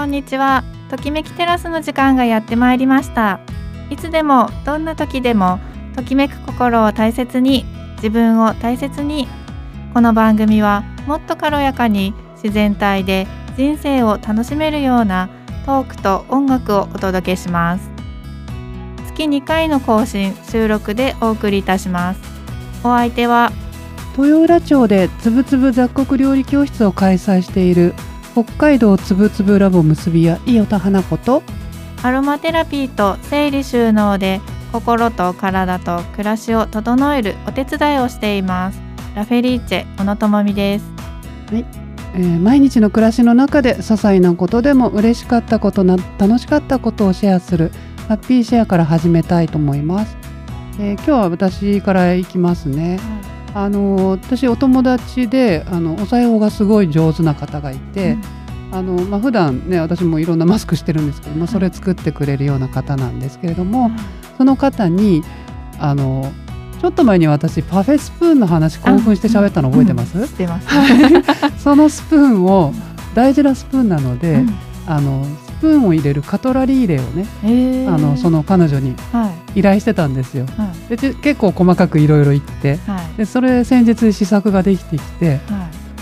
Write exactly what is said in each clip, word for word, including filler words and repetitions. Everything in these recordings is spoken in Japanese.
んにちは。ときめきテラスの時間がやってまいりました。いつでもどんな時でもときめく心を大切に、自分を大切に。この番組はもっと軽やかに自然体で人生を楽しめるようなトークと音楽をお届けします。月にかいの更新収録でお送りいたします。お相手は豊浦町でつぶつぶ雑穀料理教室を開催している北海道つぶつぶラボ結び屋伊予田花子と、 アロマテラピーと整理収納で心と体と暮らしを整えるお手伝いをしていますラフェリーチェ小野智美です。 はい、えー、毎日の暮らしの中で些細なことでも嬉しかったことな楽しかったことをシェアするハッピーシェアから始めたいと思います。えー、今日は私からいきますね。はい、あの私お友達であのお裁縫がすごい上手な方がいて、うん、あのまあ、普段ね私もいろんなマスクしてるんですけど、まあ、それ作ってくれるような方なんですけれども、うん、その方にあのちょっと前に私パフェスプーンの話興奮して喋ったの覚えてます？ うん、してます。 そのスプーンを大事なスプーンなので、うん、あのスプーンを入れるカトラリー入れをね、えー、あのその彼女に依頼してたんですよ。はい、で結構細かくいろいろ言って、はい、でそれ先日試作ができてきて、はい、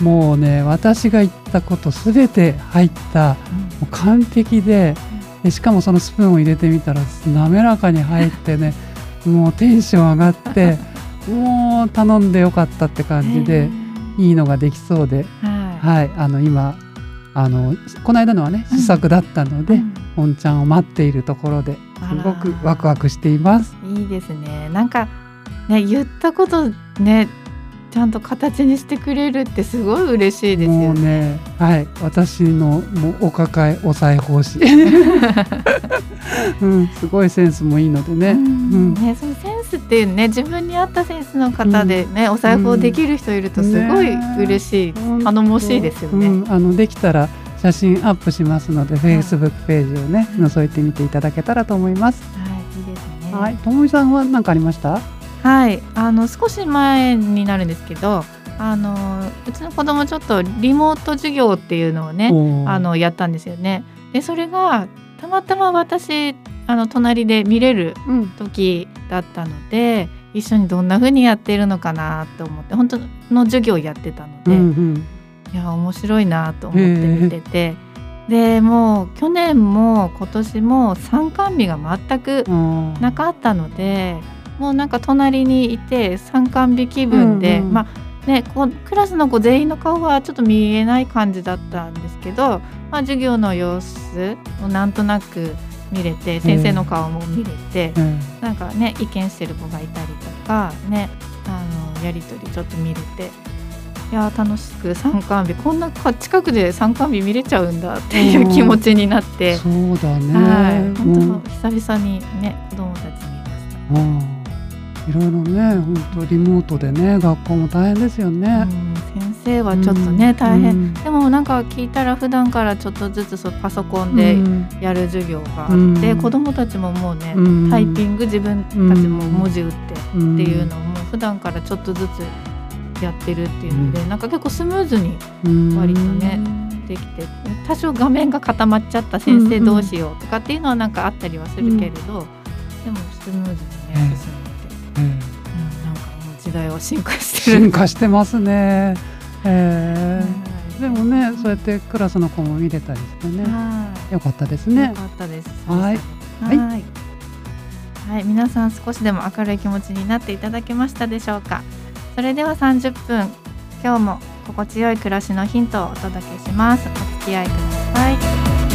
もうね私が言ったことすべて入った、うん、もう完璧で、でしかもそのスプーンを入れてみたら滑らかに入ってねもうテンション上がってもう頼んでよかったって感じでいいのができそうで、はいはい、あの今あのこの間のはね試作だったので、うん、本ちゃんを待っているところですごくワクワクしています。 いいですね。なんかね言ったことねちゃんと形にしてくれるってすごい嬉しいですよね。 もうね、はい、私のもうお抱えお裁縫師、うん、すごいセンスもいいのでね。うんうんね、そのセンスっていうね自分に合ったセンスの方でね、うん、お裁縫できる人いるとすごい嬉しい、ね、頼もしいですよね。 うん、あのできたら写真アップしますので、はい、Facebook ページをね、うん、覗いてみていただけたらと思います。 はい、いいですね。 はい、ともみさんは何かありました？ はい、あの少し前になるんですけど、あのうちの子供ちょっとリモート授業っていうのをねあのやったんですよね。でそれがたまたま私あの隣で見れる時だったので、うん、一緒にどんな風にやってるのかなと思って本当の授業をやってたので、うんうん、いや面白いなと思って見てて、でもう去年も今年も参観日が全くなかったので、もうなんか隣にいて参観日気分で、うんうん、まあね、こうクラスの子全員の顔はちょっと見えない感じだったんですけど、まあ、授業の様子をなんとなく見れて、先生の顔も見れて、うん、なんかね意見してる子がいたりとかね、あのやり取りちょっと見れて、いや楽しく参観日こんな近くで参観日見れちゃうんだっていう気持ちになって、 そうだね、 はい、本当久々にね子供たち見ました。 うんいろいろね本当リモートでね学校も大変ですよね。 うん、先生はちょっとね、うん、大変、うん、でもなんか聞いたら普段からちょっとずつそパソコンでやる授業があって、うん、子どもたちももうね、うん、タイピング自分たちも文字打ってっていうのをもう普段からちょっとずつやってるっていうので、うん、なんか結構スムーズに割とね、うん、できて、多少画面が固まっちゃった先生どうしようとかっていうのはなんかあったりはするけれど、うん、でもスムーズにね進んでうんうん、なんかもう時代は進化してる進化してますね、えー、でもねそうやってクラスの子も見れたりしてね、よかったですね。 よかったです。 はいはい、はいはい、皆さん少しでも明るい気持ちになっていただけましたでしょうか。それではさんじゅっぷん今日も心地よい暮らしのヒントをお届けします。お付き合いください。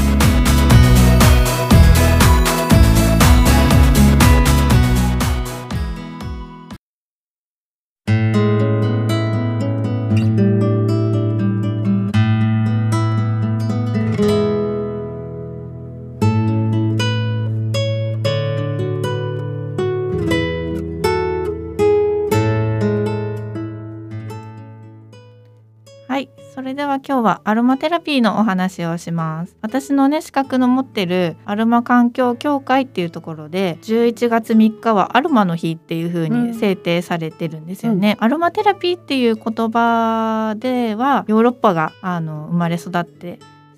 はい、それでは今日はアロマテラピーのお話をします。私のね資格の持ってるアロマ環境協会っていうところでじゅういちがつみっかはアロマの日っていう風に制定されてるんですよね、うん、アロマテラピーっていう言葉ではヨーロッパがあの生まれ育って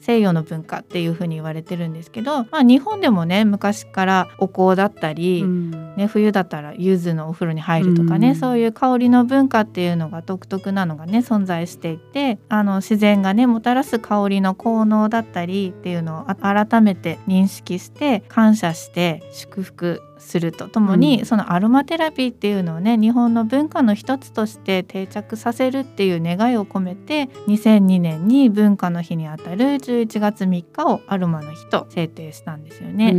西洋の文化っていう風に言われてるんですけど、まあ、日本でもね昔からお香だったり、うんね、冬だったら柚子のお風呂に入るとかね、うん、そういう香りの文化っていうのが独特なのがね存在していて、あの自然がねもたらす香りの効能だったりっていうのを改めて認識して感謝して祝福するとともに、うん、そのアロマテラピーっていうのをね日本の文化の一つとして定着させるっていう願いを込めてにせんにねんに文化の日にあたるじゅういちがつみっかをアロマの日と制定したんですよね、うん、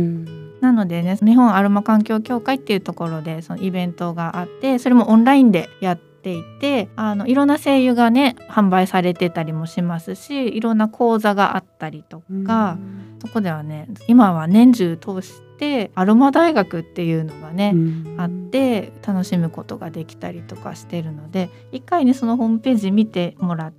なのでね日本アロマ環境協会っていうところでそのイベントがあって、それもオンラインでやってていて、あのいろんな精油がね販売されてたりもしますし、いろんな講座があったりとか、そこではね今は年中通してアロマ大学っていうのがねあって楽しむことができたりとかしてるので、一回ねそのホームページ見てもらって、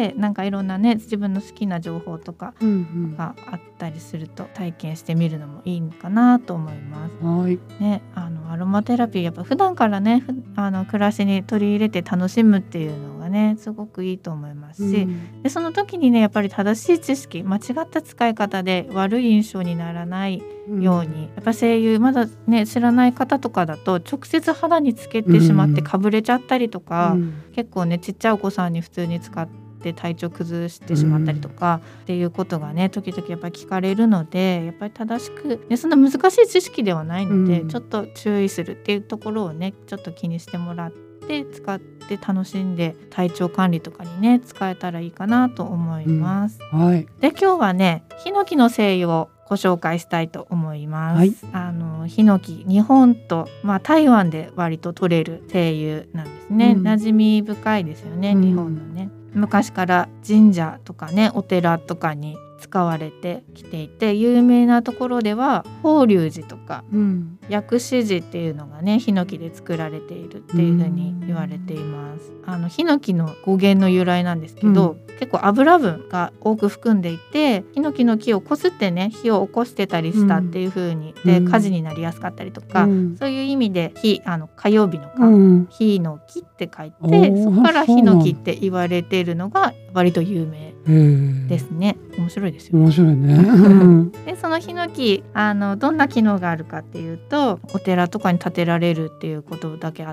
なんかいろんなね自分の好きな情報とかがあったりすると体験してみるのもいいのかなと思います。 はいね、あのアロマテラピーやっぱ普段からねあの暮らしに取り入れて楽しむっていうのがねすごくいいと思いますし、うん、でその時にねやっぱり正しい知識、間違った使い方で悪い印象にならないように、うん、やっぱ精油まだね知らない方とかだと直接肌につけてしまってかぶれちゃったりとか、うん、結構ねちっちゃいお子さんに普通に使ってで体調崩してしまったりとか、うん、っていうことがね時々やっぱり聞かれるので、やっぱり正しく、ね、そんな難しい知識ではないので、うん、ちょっと注意するっていうところをねちょっと気にしてもらって使って楽しんで体調管理とかにね使えたらいいかなと思います、 うんはい、 で今日はねヒノキの精油をご紹介したいと思います、はい、あのヒノキ日本と、まあ、台湾で割と取れる精油なんですね、うん、馴染み深いですよね、うん、日本のね昔から神社とかねお寺とかに使われてきていて、有名なところでは法隆寺とか、うん、薬師寺っていうのがねヒノキで作られているっていう風に言われています。あのヒノキの語源の由来なんですけど、うん、結構油分が多く含んでいて、ヒノキの木をこすってね火を起こしてたりしたっていう風に、うん、で火事になりやすかったりとか、うん、そういう意味で火あの火曜日の火、うん、火の木って書いて、そこからヒノキって言われているのが割と有名ですね。面白いですよね。 面白いね。 でそのヒノキあのどんな機能があるかっていうと、お寺とかに建てられるっていうことだけあって、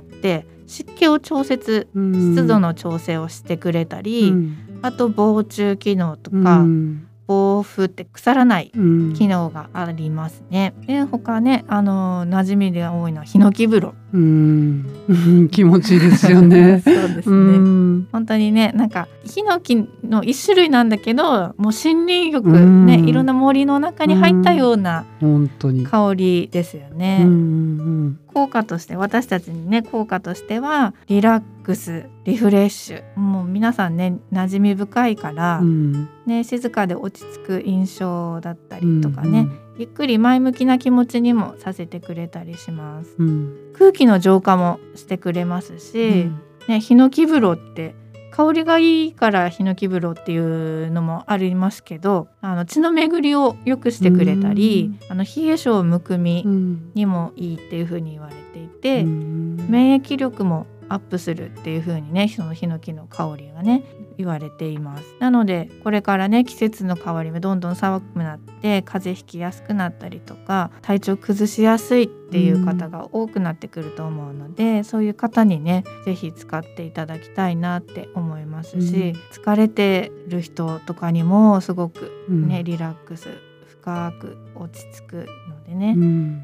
湿気を調節、湿度の調整をしてくれたり、うん、あと防虫機能とか、うん、防腐って腐らない機能がありますね。で他ねあの馴染みで多いのはヒノキ風呂。 うん気持ちいいですよね。 そうですね。本当にねなんかヒノキの一種類なんだけど、もう森林浴ねいろんな森の中に入ったような香りですよね。うんうん効果として私たちにね効果としてはリラックスリフレッシュ、もう皆さんね馴染み深いから、うん、ね静かで落ち着く印象だったりとかね、うんうん、ゆっくり前向きな気持ちにもさせてくれたりします、うん、空気の浄化もしてくれますし、うんね、ヒノキ風呂って香りがいいからヒノキ風呂っていうのもありますけど、あの血の巡りを良くしてくれたり、あの冷え性むくみにもいいっていう風に言われていて、免疫力もアップするっていう風にねそのヒノキの香りがね言われています。なのでこれからね季節の変わり目どんどん寒くなって風邪ひきやすくなったりとか体調崩しやすいっていう方が多くなってくると思うので、うん、そういう方にねぜひ使っていただきたいなって思いますし、うん、疲れてる人とかにもすごくね、うん、リラックス深く落ち着くのでね、うん、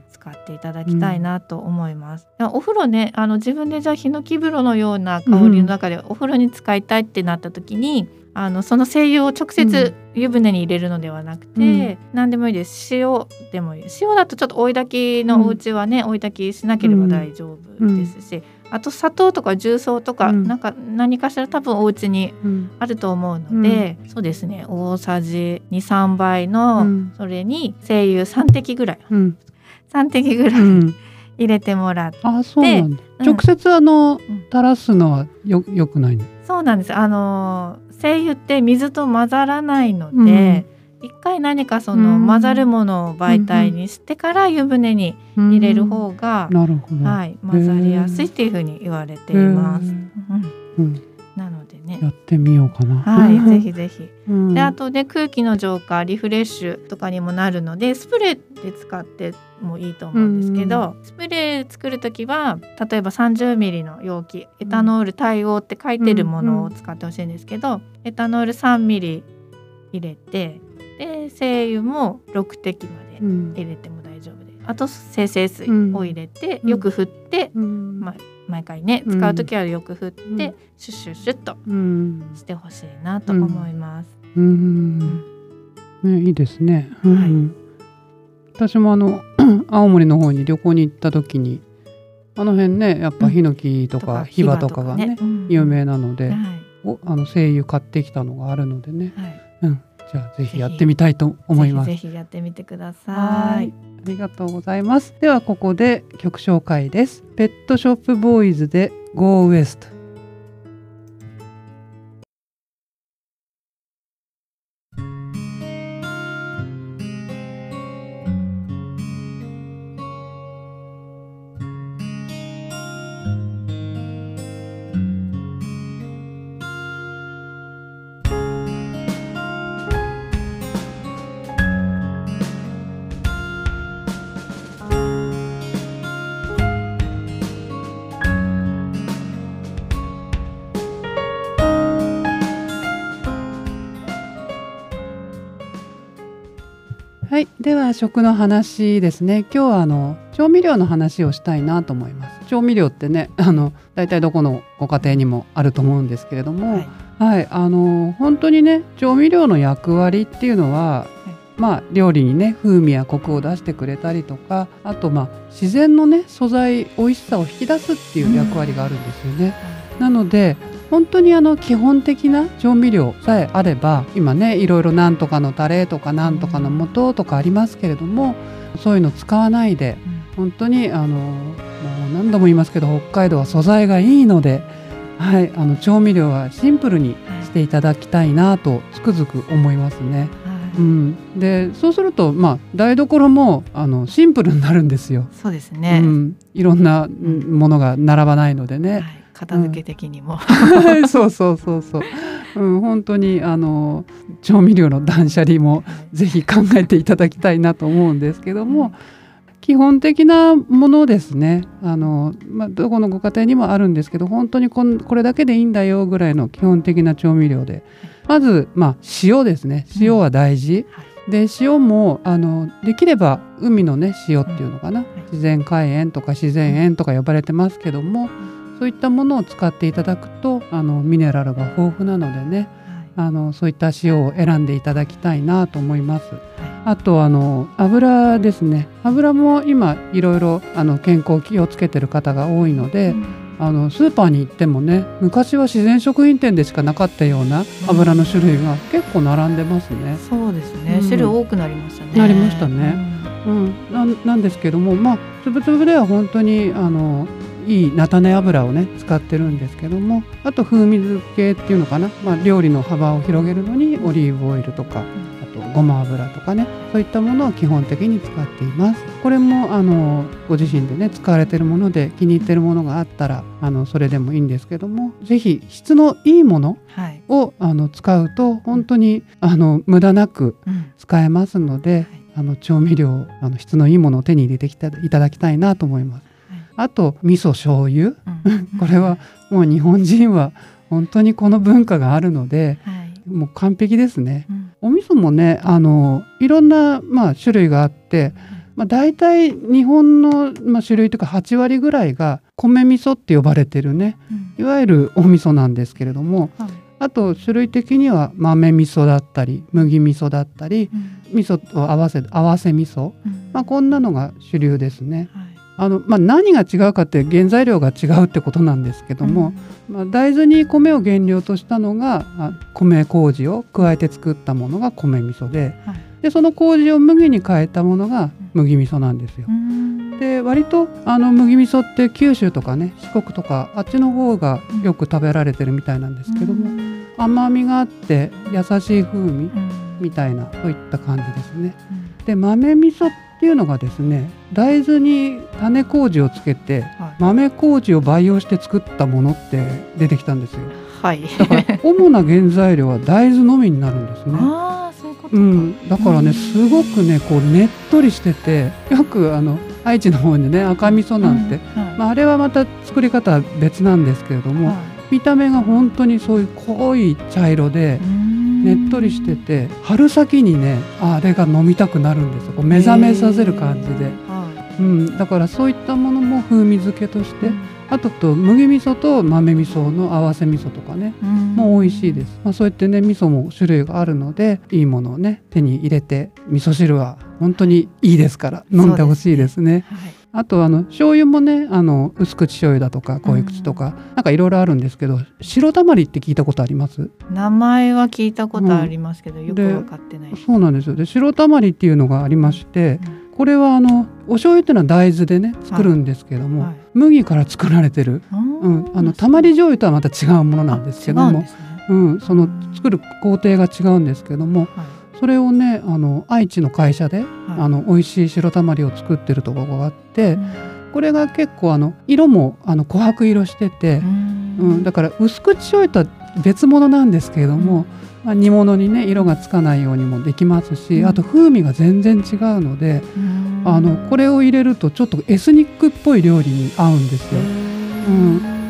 使っていただきたいなと思います、うん、お風呂ねあの自分でじゃあヒノキ風呂のような香りの中でお風呂に使いたいってなった時に、あのその精油を直接湯船に入れるのではなくて、うん、何でもいいです。塩でもいい。塩だとちょっと追い炊きのお家はね、うん、追い炊きしなければ大丈夫ですし、うん、あと砂糖とか重曹とか、うん、なんか何かしら多分お家にあると思うので、うん、そうですね大さじ にさん 杯の、うん、それに精油さんてきぐらい、うん、さんてきぐらい、うん入れてもらって、 あそうなんだ、うん、直接あの垂らすのはよ、よくないの？ そうなんです。あの精油って水と混ざらないので、うん、一回何かその混ざるものを媒体にしてから湯船に入れる方が、うん、なるほど、はい、混ざりやすいっていうふうに言われています、うんうん、なのでね。 やってみようかな。 はい、ぜひぜひ。 うん、 であとね空気の浄化リフレッシュとかにもなるのでスプレーで使ってもいいと思うんですけど、うん、スプレー作るときは例えばさんじゅうミリの容器エタノール対応って書いてるものを使ってほしいんですけど、エタノールさんミリ入れて、で精油もろく滴まで入れても大丈夫で、うん、あと精製水を入れて、うん、よく振って、うんまあ、毎回ね使うときはよく振って、うん、シュッシュッシュッとしてほしいなと思います。 うんうんね、いいですね、うんはい、私もあの青森の方に旅行に行った時にあの辺ねやっぱヒノキとかヒバとかが ね, ね、うん、有名なので、はい、おあの精油買ってきたのがあるのでね、はいうん、じゃあぜひやってみたいと思います。 ぜひぜひやってみてください。 ありがとうございます。ではここで曲紹介です。ペットショップボーイズで Go West。はい、では食の話ですね。今日はあの調味料の話をしたいなと思います。調味料ってね、あのだいたいどこのご家庭にもあると思うんですけれども、はい、はい、あの本当にね調味料の役割っていうのは、はい、まあ料理にね風味やコクを出してくれたりとか、あとまあ自然のね素材美味しさを引き出すっていう役割があるんですよね。うん、なので本当にあの基本的な調味料さえあれば、今ねいろいろなんとかのタレとかなんとかの素とかありますけれども、そういうの使わないで本当にあのもう何度も言いますけど北海道は素材がいいので、はい、あの調味料はシンプルにしていただきたいなとつくづく思いますね。うん、でそうすると、まあ、台所もあのシンプルになるんですよ。 そうですね、 うん、いろんなものが並ばないのでね、はい、 片付け的にも、 うん、そうそうそうそう、うん、本当にあの調味料の断捨離もぜひ考えていただきたいなと思うんですけども、はい、基本的なものですね。あの、まあ、どこのご家庭にもあるんですけど、本当にこんこれだけでいいんだよぐらいの基本的な調味料で、まず、まあ、塩ですね。塩は大事、うん、で塩もあのできれば海のね塩っていうのかな、うん、自然海塩とか自然塩とか呼ばれてますけども、そういったものを使っていただくとあのミネラルが豊富なのでね、はい、あのそういった塩を選んでいただきたいなと思います。はい、あとあの油ですね。油も今いろいろあの健康気をつけてる方が多いので、うん、あのスーパーに行ってもね、昔は自然食品店でしかなかったような油の種類が結構並んでますね。 うん、そうですね、うん、種類多くなりましたね。 なりましたね。うん、な, なんですけども、まあつぶつぶでは本当にあのいい菜種油をね使ってるんですけども、あと風味付けっていうのかな、まあ、料理の幅を広げるのにオリーブオイルとか、あとごま油とかね、そういったものを基本的に使っています。これもあのご自身でね使われてるもので気に入ってるものがあったらあのそれでもいいんですけども、ぜひ質のいいものを、はい、あの使うと本当にあの無駄なく使えますので、うんはい、あの調味料あの質のいいものを手に入れてきたいただきたいなと思います。あと味噌醤油、うん、これはもう日本人は本当にこの文化があるので、はい、もう完璧ですね。うん、お味噌もねあのいろんな、まあ、種類があって、まあ、大体日本の、まあ、種類というかはちわりぐらいが米味噌って呼ばれてるね、うん、いわゆるお味噌なんですけれども、はい、あと種類的には豆味噌だったり麦味噌だったり、うん、味噌と合わせ合わせ味噌、うんまあ、こんなのが主流ですね。はい、あのまあ、何が違うかって原材料が違うってことなんですけども、うんまあ、大豆に米を原料としたのが米麹を加えて作ったものが米味噌で、はい、でその麹を麦に変えたものが麦味噌なんですよ。うん、で割とあの麦味噌って九州とかね四国とかあっちの方がよく食べられてるみたいなんですけども、うん、甘みがあって優しい風味みたいな、そういった感じですね。うん、で豆味噌っていうのがですね、大豆に種麹をつけて、はい、豆麹を培養して作ったものって出てきたんですよ。 はい、 だから主な原材料は大豆のみになるんですね。 あそういうことか、 うん、だからねすごくねこうねっとりしてて、よくあの愛知の方にね赤味噌なんて、うんはいまあ、あれはまた作り方は別なんですけれども、はい、見た目が本当にそういう濃い茶色でねっとりしてて、春先にねあれが飲みたくなるんですよ。こう目覚めさせる感じで、うん、だからそういったものも風味付けとして、うん、あとと麦味噌と豆味噌の合わせ味噌とかね、うん、もう美味しいです。まあ、そうやってね味噌も種類があるのでいいものをね手に入れて、味噌汁は本当にいいですから飲んでほしいですね。はい、あとあの醤油もねあの薄口醤油だとか濃い口とか、うん、なんかいろいろあるんですけど、白たまりって聞いたことあります？ 名前は聞いたことありますけど、うん、よく分かってない。 そうなんですよ。で白たまりっていうのがありまして、うんこれはあのお醤油っていうのは大豆でね作るんですけども、はいはい、麦から作られてる、うん、あのたまり醤油とはまた違うものなんですけども、ねうん、その作る工程が違うんですけども、はい、それをねあの愛知の会社で、はい、あの美味しい白たまりを作ってるところがあって、うん、これが結構あの色もあの琥珀色してて、うんうん、だから薄口醤油とは別物なんですけれども、うんまあ、煮物にね色がつかないようにもできますし、うん、あと風味が全然違うので、うん、あのこれを入れるとちょっとエスニックっぽい料理に合うんですよ。うん、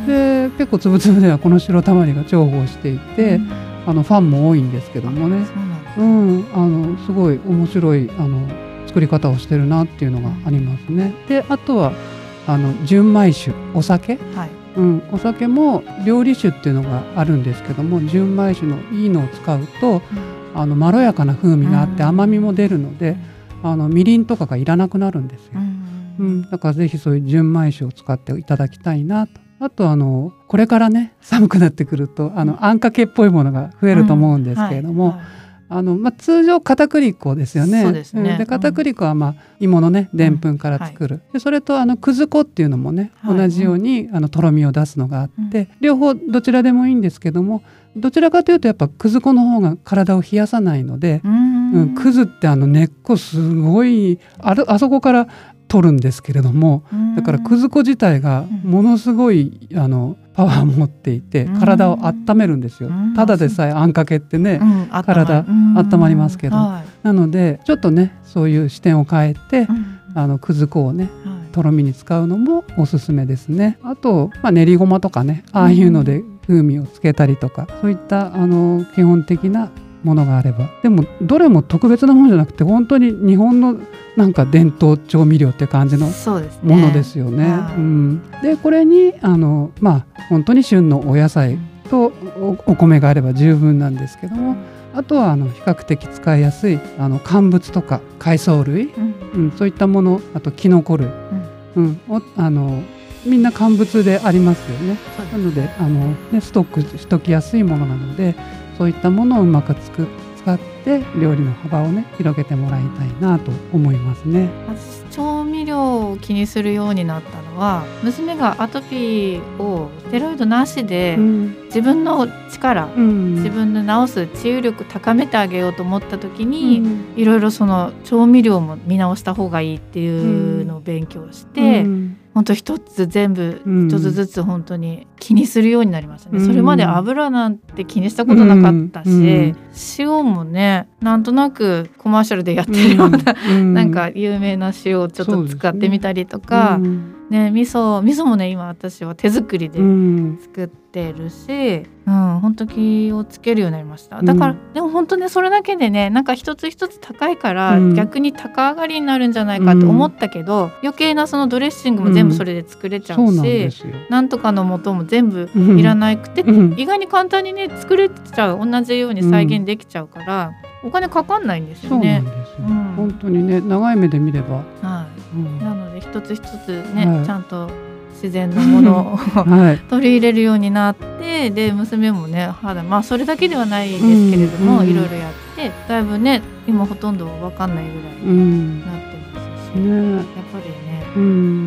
で結構つぶつぶではこの白たまりが重宝していて、うん、あのファンも多いんですけどもね、うん、あのすごい面白いあの作り方をしてるなっていうのがありますね。であとはあの純米酒お酒、はいうん、お酒も料理酒っていうのがあるんですけども、純米酒のいいのを使うと、うん、あのまろやかな風味があって甘みも出るので、うん、あのみりんとかがいらなくなるんですよ。うんうん、だからぜひそういう純米酒を使っていただきたいなと。あとあのこれからね寒くなってくるとあのあんかけっぽいものが増えると思うんですけれども、うんはいはいあのまあ、通常片栗粉ですよね。そうですね。で片栗粉は、まあ、芋のねでんぷんから作る、うんはい、でそれとあのくず粉っていうのもね、はい、同じようにあのとろみを出すのがあって、うん、両方どちらでもいいんですけども、どちらかというとやっぱくず粉の方が体を冷やさないので、うんうん、くずってあの根っこすごい あ, るあそこから取るんですけれども、だからくず粉自体がものすごいあのパワーを持っていて体を温めるんですよ。ただでさえあんかけってね、うん、体温まりますけど、はい、なのでちょっとねそういう視点を変えて、うん、あのくず粉をね、はい、とろみに使うのもおすすめですね。あと、まあ、練りごまとかねああいうので風味をつけたりとか、そういったあの基本的なものがあれば、でもどれも特別なものじゃなくて本当に日本のなんか伝統調味料って感じのものですよね。はいうん、でこれにあのまあ本当に旬のお野菜と お, お米があれば十分なんですけども、あとはあの比較的使いやすいあの乾物とか海藻類、うんうん、そういったもの、あとキノコ類、うんうん、をあのみんな乾物でありますよね。なのであの、ね、ストックしときやすいものなので、そういったものをうまくつく使って料理の幅をね広げてもらいたいなと思いますね。 私調味料を気にするようになったのは、娘がアトピーをステロイドなしで、うん、自分の力、うん、自分で治す治癒力高めてあげようと思った時に、うん、いろいろその調味料も見直した方がいいっていうのを勉強して、うん本当一つ全部一つずつ本当に気にするようになりましたね、うん、それまで油なんて気にしたことなかったし、うん、塩もねなんとなくコマーシャルでやってるような、うん、なんか有名な塩をちょっと使ってみたりとか、ね、味噌味噌もね今私は手作りで作ってるし、うん、本当気をつけるようになりました。だから、うん、でも本当ねそれだけでねなんか一つ一つ高いから、うん、逆に高上がりになるんじゃないかと思ったけど、うん、余計なそのドレッシングも全部それで作れちゃうし、うん、そうなんですよ。なんとかの素も全部いらなくて、うん、意外に簡単にね作れちゃう、同じように再現できちゃうから、うん、お金かかんないんですよね。そうなんですよ、うん、本当にね長い目で見れば、はいうん、なので一つ一つね、はい、ちゃんと自然のものを、はい、取り入れるようになって、で娘もね肌、まあ、それだけではないですけれども、うん、いろいろやってだいぶね今ほとんど分かんないぐらいになってますし、うん、やっぱりね、うん、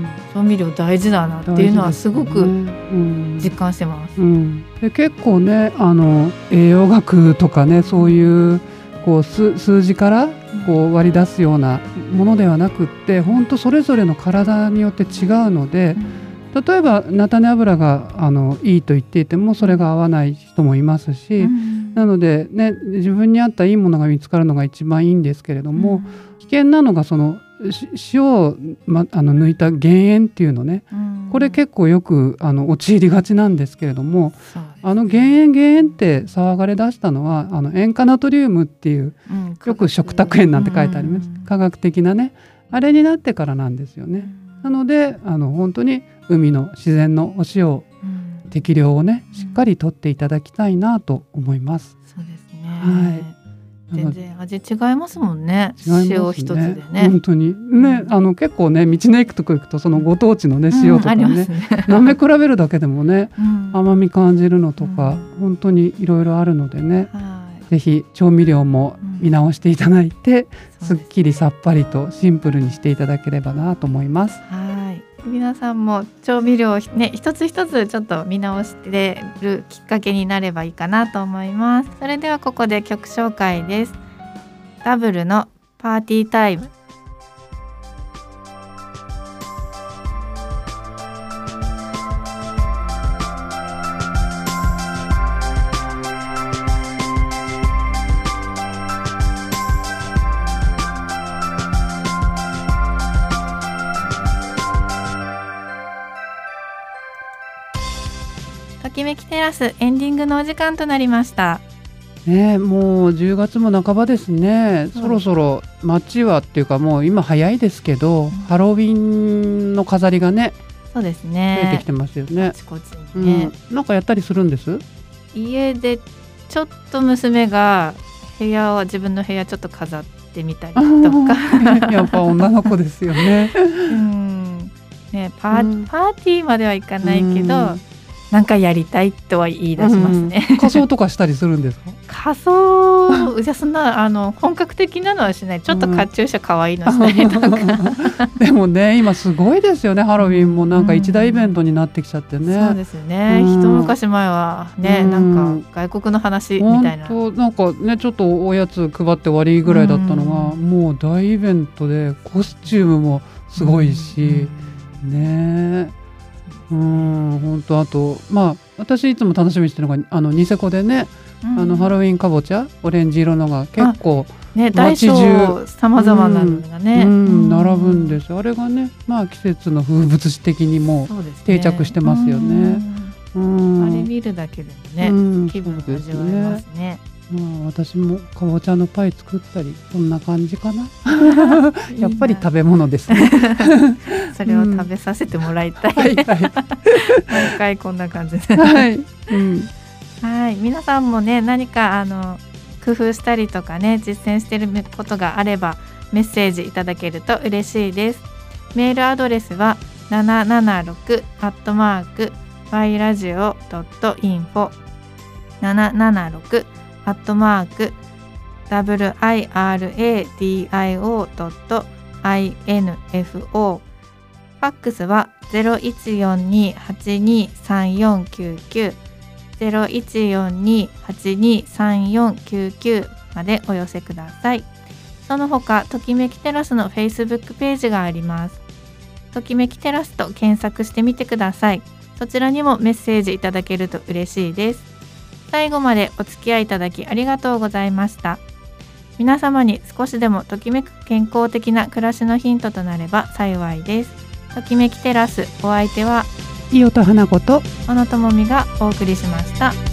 調味料大事だなっていうのはすごく実感してます、うん、 で結構ねあの栄養学とかねそういうこう 数, 数字からこう割り出すようなものではなくって本当それぞれの体によって違うので、 例えば菜種油があのいいと言っていてもそれが合わない人もいますし、うん、なので、ね、自分に合ったいいものが見つかるのが一番いいんですけれども、うん、危険なのがその塩を、ま、あの抜いた減塩っていうのね、うん、これ結構よくあの陥りがちなんですけれども、あの減塩減塩って騒がれ出したのはあの塩化ナトリウムっていう、うん、よく食卓塩なんて書いてあります、うん、科学的なねあれになってからなんですよね、うん、なのであの本当に海の自然のお塩、うん、適量をねしっかりとっていただきたいなと思います、 うん、そうですね、 はい全然味違いますもんね。 違いますね、 塩一つでね。 本当にね、あの結構ね道の駅とか行くとそのご当地のね塩とかね、うん、ね舐め比べるだけでもね、うん、甘み感じるのとか、うん、本当にいろいろあるのでね、はい、ぜひ調味料も見直していただいて、うん、すっきりさっぱりとシンプルにしていただければなと思います。 はい、皆さんも調味料をね一つ一つちょっと見直してるきっかけになればいいかなと思います。それではここで曲紹介です。ダブルのパーティータイム。ときめきテラスエンディングのお時間となりました。 ね、もうじゅうがつも半ばですね。そろそろ街はっていうかもう今早いですけど、うん、ハロウィンの飾りがね、 そうですね、 増えてきてますよね。 あちこちにね、 うん、なんかやったりするんです？ 家でちょっと娘が部屋を自分の部屋ちょっと飾ってみたりとかやっぱ女の子ですよね。 うんね、パー、うん、パーティーまではいかないけど、うんなんかやりたいとは言い出しますね、 うん、仮装とかしたりするんですか？ 仮装じゃそんなあの本格的なのはしない。ちょっとカチューシャ可愛いのしたりとか、うん、 でもね今すごいですよね。ハロウィンもなんか一大イベントになってきちゃってね、 うん、そうですよね、うん、一昔前はね、うん、なんか外国の話みたいな、 本当なんかねちょっとおやつ配って終わりぐらいだったのが、うん、もう大イベントでコスチュームもすごいし、うん、ねうん本当あとまあ私いつも楽しみにしてるのがあのニセコでね、うん、あのハロウィンかぼちゃオレンジ色のが結構ね大小さまざまなのがね、 うんうん、並ぶんです。あれがねまあ季節の風物詩的にも定着してますよね。 うんうん、あれ見るだけでもね、うん、気分が味わえますね。 まあ、私もかぼちゃのパイ作ったりそんな感じかなやっぱり食べ物ですねそれを食べさせてもらいたい、うん、はいはい、毎回こんな感じではい、うん、 はい皆さんもね何かあの工夫したりとかね実践していることがあればメッセージいただけると嬉しいです。メールアドレスはななななろくアットマークワイラジオドットインフォ ななななろくアットマーク ダブリューアイアールエーディーアイオードットアイエヌエフオー ファックスは ゼロいちよんにはちにさんよんきゅうきゅう ゼロいちよんにはちにさんよんきゅうきゅうまでお寄せください。その他ときめきテラスの Facebook ページがあります。ときめきテラスと検索してみてください。そちらにもメッセージいただけると嬉しいです。最後までお付き合いいただきありがとうございました。皆様に少しでもときめく健康的な暮らしのヒントとなれば幸いです。ときめきテラス、お相手は伊予と花子と小野智美がお送りしました。